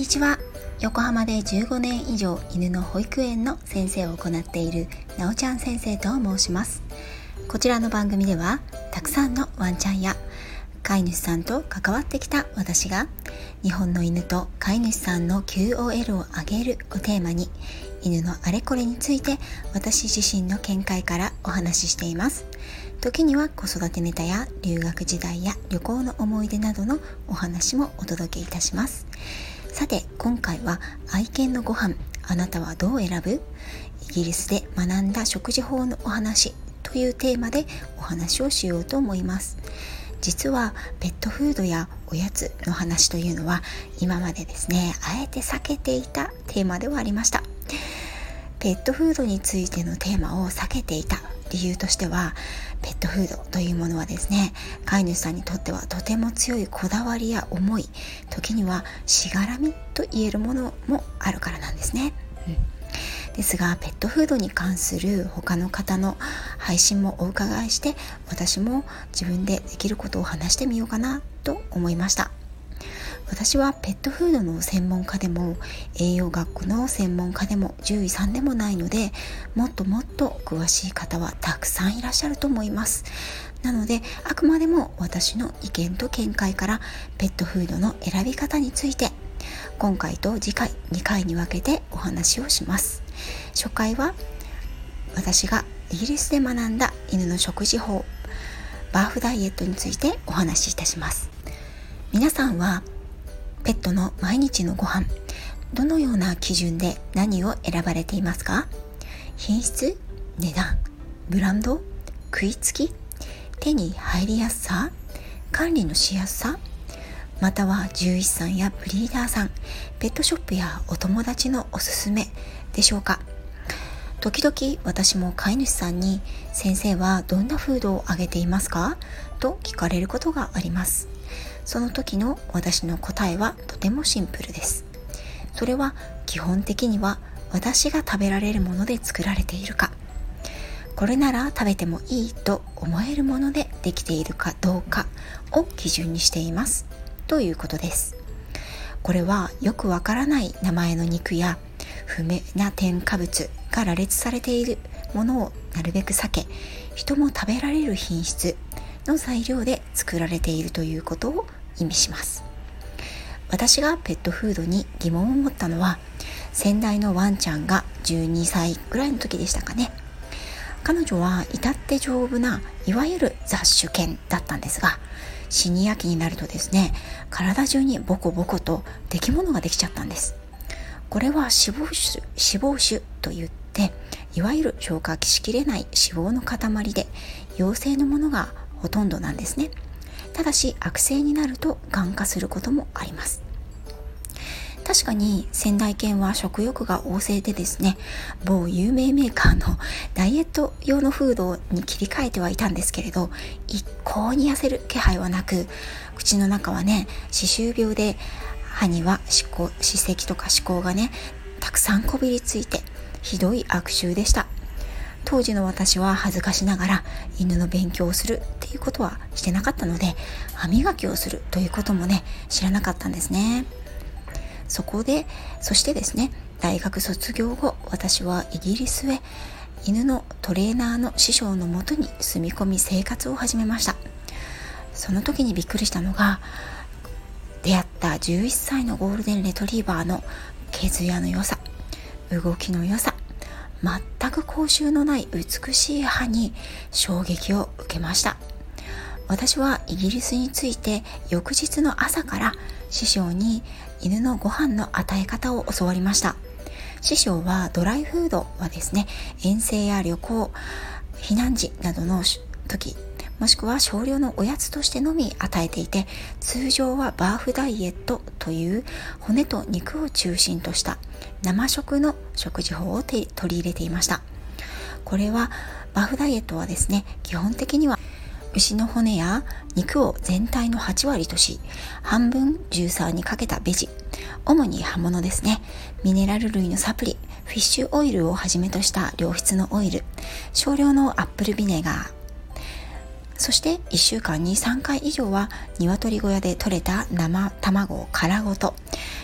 んにちは。横浜で15年以上犬の保育園の先生を行っているなおちゃん先生と申します。こちらの番組ではたくさんのワンちゃんや飼い主さんと関わってきた私が日本の犬と飼い主さんの QOL を上げるをテーマに犬のあれこれについて私自身の見解からお話ししています。時には子育てネタや留学時代や旅行の思い出などのお話もお届けいたします。さて今回は愛犬のご飯あなたはどう選ぶ？イギリスで学んだ食事法のお話というテーマでお話をしようと思います。実はペットフードやおやつの話というのは今までですね、あえて避けていたテーマではありました。ペットフードについてのテーマを避けていた理由としては、ペットフードというものはですね、飼い主さんにとってはとても強いこだわりや思い、時にはしがらみと言えるものもあるからなんですね。ですがペットフードに関する他の方の配信もお伺いして、私も自分でできることを話してみようかなと思いました。私はペットフードの専門家でも栄養学の専門家でも獣医さんでもないので、もっともっと詳しい方はたくさんいらっしゃると思います。なのであくまでも私の意見と見解からペットフードの選び方について今回と次回2回に分けてお話をします。初回は私がイギリスで学んだ犬の食事法バーフダイエットについてお話しいたします。皆さんはペットの毎日のご飯どのような基準で何を選ばれていますか？品質、値段、ブランド、食いつき、手に入りやすさ、管理のしやすさ、または獣医師さんやブリーダーさん、ペットショップやお友達のおすすめでしょうか？時々私も飼い主さんに先生はどんなフードをあげていますかと聞かれることがあります。その時の私の答えはとてもシンプルです。それは基本的には私が食べられるもので作られているか、これなら食べてもいいと思えるものでできているかどうかを基準にしていますということです。これはよくわからない名前の肉や不明な添加物が羅列されているものをなるべく避け、人も食べられる品質の材料で作られているということを意味します。私がペットフードに疑問を持ったのは、先代のワンちゃんが12歳ぐらいの時でしたかね。彼女は至って丈夫ないわゆる雑種犬だったんですが、シニア期になるとですね、体中にボコボコと出来物ができちゃったんです。これは脂肪腫といって、いわゆる消化しきれない脂肪の塊で、陽性のものがほとんどなんですね。ただし悪性になると癌化することもあります。確かに先代犬は食欲が旺盛でですね、某有名メーカーのダイエット用のフードに切り替えてはいたんですけれど、一向に痩せる気配はなく、口の中はね、歯周病で歯には歯石とか歯垢がねたくさんこびりついて、ひどい悪臭でした。当時の私は恥ずかしながら犬の勉強をするっていうことはしてなかったので、歯磨きをするということもね知らなかったんですね。そしてですね、大学卒業後、私はイギリスへ犬のトレーナーの師匠のもとに住み込み生活を始めました。その時にびっくりしたのが、出会った11歳のゴールデンレトリーバーの毛艶の良さ、動きの良さ、全く口臭のない美しい歯に衝撃を受けました。私はイギリスに着いて翌日の朝から師匠に犬のご飯の与え方を教わりました。師匠はドライフードはですね、遠征や旅行、避難時などの時、もしくは少量のおやつとしてのみ与えていて、通常はバーフダイエットという骨と肉を中心とした生食の食事法を取り入れていました。これはバーフダイエットはですね、基本的には牛の骨や肉を全体の8割とし、半分ジューサーにかけたベジ、主に葉物ですね、ミネラル類のサプリ、フィッシュオイルをはじめとした良質のオイル、少量のアップルビネガー、そして1週間に3回以上は鶏小屋で採れた生卵を殻ごと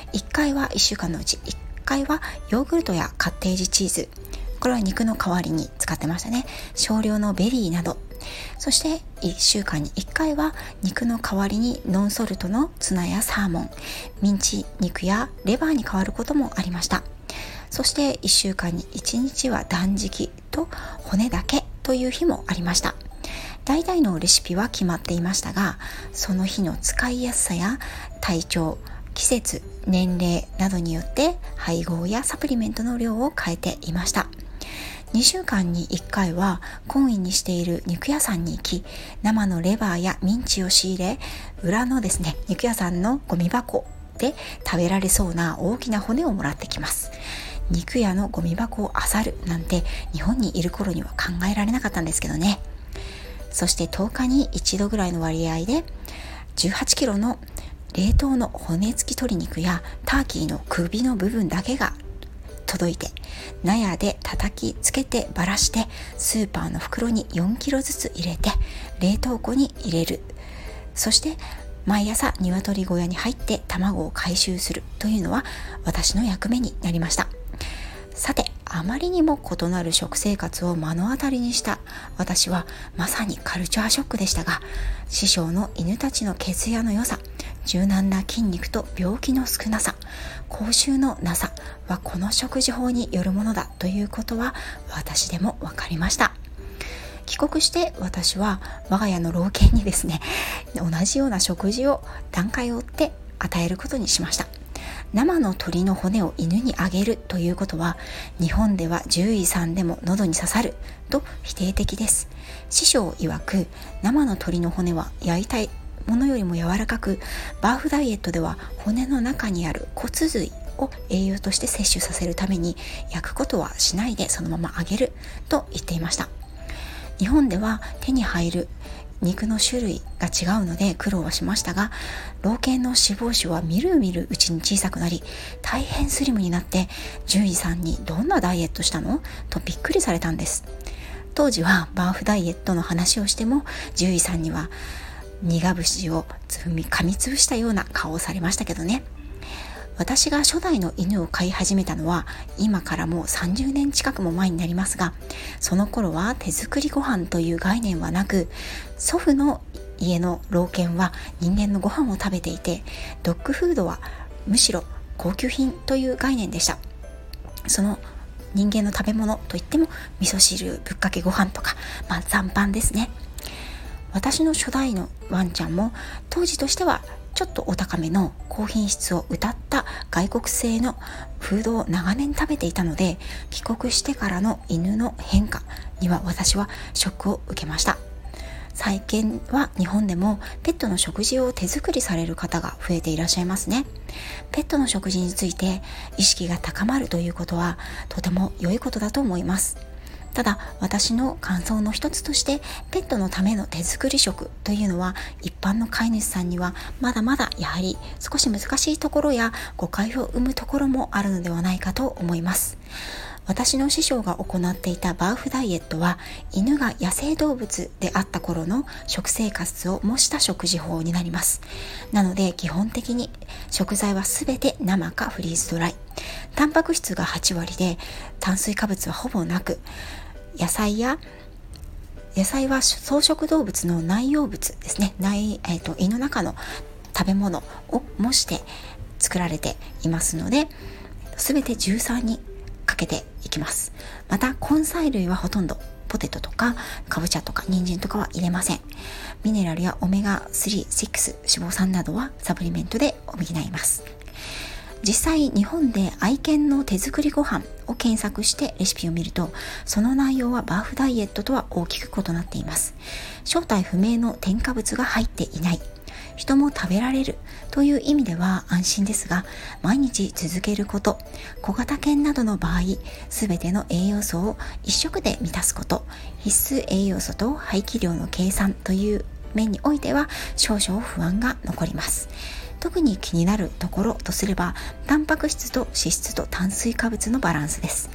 1回は1週間のうち1回はヨーグルトやカッテージチーズ、これは肉の代わりに使ってましたね。少量のベリーなど、そして1週間に1回は肉の代わりにノンソルトのツナやサーモン、ミンチ肉やレバーに変わることもありました。そして1週間に1日は断食と骨だけという日もありました。大体のレシピは決まっていましたが、その日の使いやすさや体調、季節、年齢などによって配合やサプリメントの量を変えていました。2週間に1回は懇意にしている肉屋さんに行き、生のレバーやミンチを仕入れ、裏のですね、肉屋さんのゴミ箱で食べられそうな大きな骨をもらってきます。肉屋のゴミ箱を漁るなんて日本にいる頃には考えられなかったんですけどね。そして10日に1度ぐらいの割合で18キロの冷凍の骨付き鶏肉やターキーの首の部分だけが届いて、納屋で叩きつけてばらして、スーパーの袋に4キロずつ入れて冷凍庫に入れる。そして毎朝鶏小屋に入って卵を回収するというのは私の役目になりました。さて、あまりにも異なる食生活を目の当たりにした私はまさにカルチャーショックでしたが、師匠の犬たちの血やの良さ、柔軟な筋肉と病気の少なさ、口臭のなさはこの食事法によるものだということは私でも分かりました。帰国して私は我が家の老犬にですね、同じような食事を段階を追って与えることにしました。生の鶏の骨を犬にあげるということは、日本では獣医さんでも喉に刺さると否定的です。師匠曰く、生の鶏の骨は焼いたものよりも柔らかく、バーフダイエットでは骨の中にある骨髄を栄養として摂取させるために焼くことはしないでそのままあげると言っていました。日本では手に入る肉の種類が違うので苦労はしましたが、老犬の脂肪腫はみるみるうちに小さくなり、大変スリムになって、獣医さんにどんなダイエットしたのとびっくりされたんです。当時はバーフダイエットの話をしても、獣医さんには苦節を噛みつぶしたような顔をされましたけどね。私が初代の犬を飼い始めたのは今からもう30年近くも前になりますが、その頃は手作りご飯という概念はなく、祖父の家の老犬は人間のご飯を食べていて、ドッグフードはむしろ高級品という概念でした。その人間の食べ物といっても味噌汁、ぶっかけご飯とか、残飯ですね。私の初代のワンちゃんも当時としてはちょっとお高めの高品質を謳った外国製のフードを長年食べていたので、帰国してからの犬の変化には私はショックを受けました。最近は日本でもペットの食事を手作りされる方が増えていらっしゃいますね。ペットの食事について意識が高まるということはとても良いことだと思います。ただ、私の感想の一つとして、ペットのための手作り食というのは一般の飼い主さんにはまだまだやはり少し難しいところや誤解を生むところもあるのではないかと思います。私の師匠が行っていたバーフダイエットは、犬が野生動物であった頃の食生活を模した食事法になります。なので基本的に食材はすべて生かフリーズドライ、タンパク質が8割で炭水化物はほぼなく、野菜は草食動物の内容物ですね、胃の中の食べ物を模して作られていますので、全て13にかけていきます。また根菜類はほとんどポテトとかかぼちゃとか人参とかは入れません。ミネラルやオメガ3、6、脂肪酸などはサプリメントで補います。実際日本で愛犬の手作りご飯を検索してレシピを見ると、その内容はバーフダイエットとは大きく異なっています。正体不明の添加物が入っていない、人も食べられるという意味では安心ですが、毎日続けること、小型犬などの場合、すべての栄養素を一食で満たすこと、必須栄養素と排気量の計算という面においては少々不安が残ります。特に気になるところとすれば、タンパク質と脂質と炭水化物のバランスです。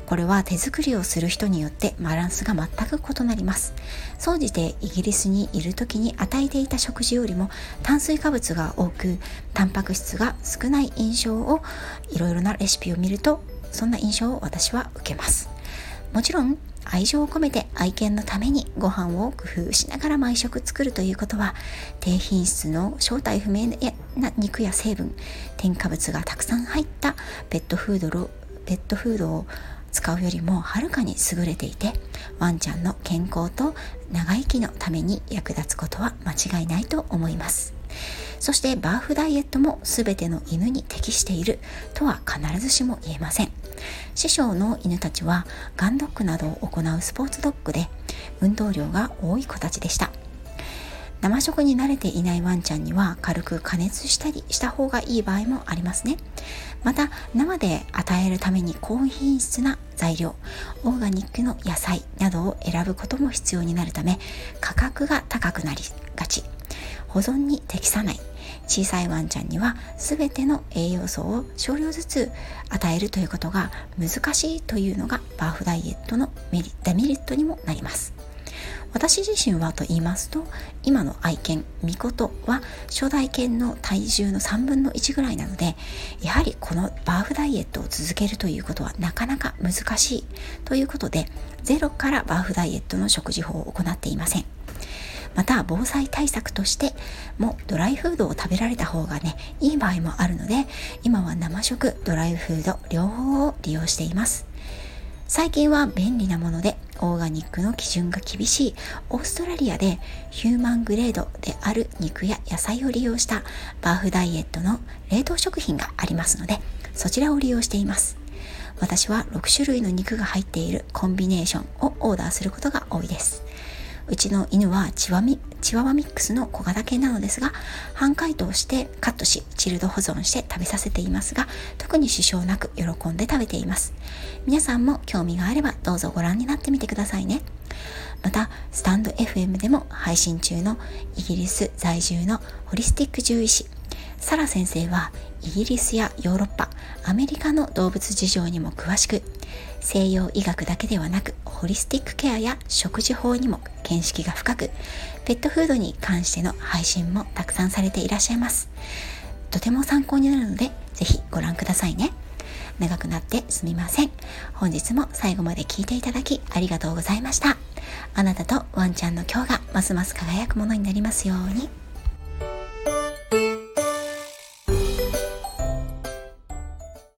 これは手作りをする人によってバランスが全く異なります。総じてイギリスにいる時に与えていた食事よりも炭水化物が多くタンパク質が少ない印象を、いろいろなレシピを見るとそんな印象を私は受けます。もちろん愛情を込めて愛犬のためにご飯を工夫しながら毎食作るということは、低品質の正体不明な肉や成分、添加物がたくさん入ったペットフードを使うよりもはるかに優れていて、ワンちゃんの健康と長生きのために役立つことは間違いないと思います。そしてバーフダイエットも全ての犬に適しているとは必ずしも言えません。師匠の犬たちはガンドッグなどを行うスポーツドッグで運動量が多い子たちでした。生食に慣れていないワンちゃんには軽く加熱したりした方がいい場合もありますね。また生で与えるために高品質な材料、オーガニックの野菜などを選ぶことも必要になるため、価格が高くなりがち、保存に適さない、小さいワンちゃんには全ての栄養素を少量ずつ与えるということが難しいというのがバーフダイエットのデメリットにもなります。私自身はと言いますと、今の愛犬ミコトは初代犬の体重の3分の1ぐらいなので、やはりこのバーフダイエットを続けるということはなかなか難しいということで、ゼロからバーフダイエットの食事法を行っていません。また防災対策としてもドライフードを食べられた方がいい場合もあるので、今は生食、ドライフード両方を利用しています。最近は便利なものでオーガニックの基準が厳しいオーストラリアでヒューマングレードである肉や野菜を利用したバーフダイエットの冷凍食品がありますので、そちらを利用しています。私は6種類の肉が入っているコンビネーションをオーダーすることが多いです。うちの犬はチワワミックスの小型犬なのですが、半解凍してカットしチルド保存して食べさせていますが、特に支障なく喜んで食べています。皆さんも興味があればどうぞご覧になってみてくださいね。またスタンド FM でも配信中のイギリス在住のホリスティック獣医師サラ先生は、イギリスやヨーロッパ、アメリカの動物事情にも詳しく、西洋医学だけではなくホリスティックケアや食事法にも見識が深く、ペットフードに関しての配信もたくさんされていらっしゃいます。とても参考になるのでぜひご覧くださいね。長くなってすみません。本日も最後まで聞いていただきありがとうございました。あなたとワンちゃんの今日がますます輝くものになりますように。